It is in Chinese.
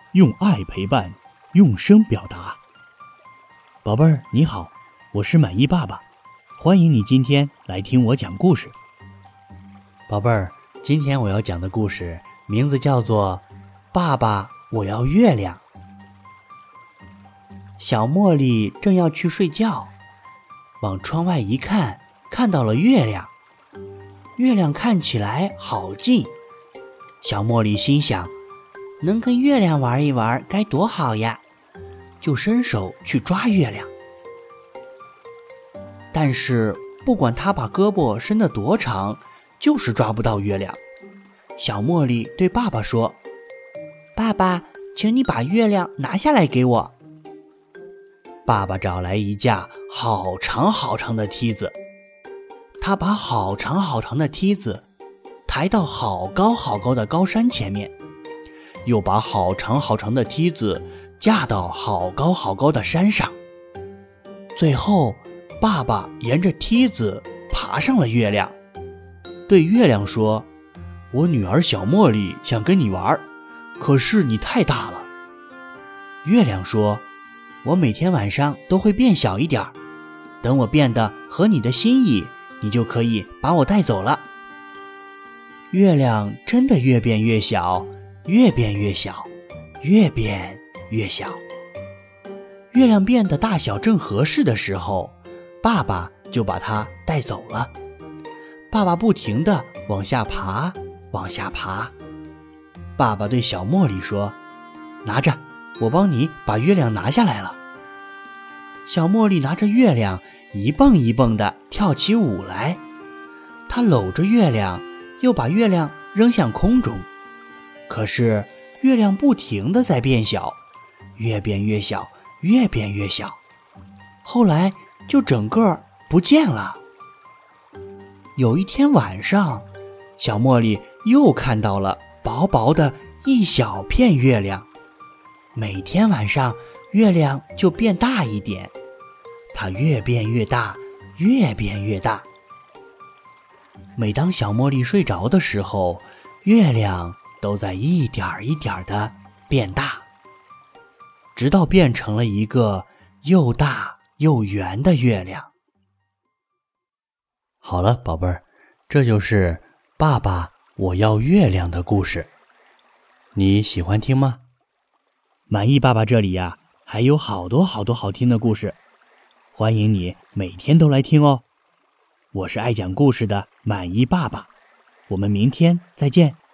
用爱陪伴，用声表达。宝贝儿，你好，我是满意爸爸，欢迎你今天来听我讲故事。 宝贝儿，今天我要讲的故事名字叫做《爸爸，我要月亮》。小茉莉正要去睡觉，往窗外一看，看到了月亮。月亮看起来好近，小茉莉心想，能跟月亮玩一玩该多好呀，就伸手去抓月亮。但是不管她把胳膊伸得多长，就是抓不到月亮。小茉莉对爸爸说，爸爸，请你把月亮拿下来给我。爸爸找来一架好长好长的梯子，他把好长好长的梯子抬到好高好高的高山前面，又把好长好长的梯子架到好高好高的山上。最后，爸爸沿着梯子爬上了月亮，对月亮说，我女儿小茉莉想跟你玩，可是你太大了。月亮说，我每天晚上都会变小一点，等我变得合你的心意，你就可以把我带走了。月亮真的越变越小，越变越小，越变越小。月亮变得大小正合适的时候，爸爸就把它带走了。爸爸不停地往下爬，往下爬。爸爸对小茉莉说，拿着，我帮你把月亮拿下来了。小茉莉拿着月亮一蹦一蹦地跳起舞来，她搂着月亮，又把月亮扔向空中。可是月亮不停地在变小，越变越小，越变越小，后来就整个不见了。有一天晚上，小茉莉又看到了薄薄的一小片月亮。每天晚上月亮就变大一点，它越变越大，越变越大。每当小茉莉睡着的时候，月亮都在一点一点地变大，直到变成了一个又大又圆的月亮。好了，宝贝儿，这就是爸爸我要月亮的故事，你喜欢听吗？ 满意爸爸这里呀，还有好多好多好听的故事，欢迎你每天都来听哦。我是爱讲故事的满意爸爸，我们明天再见。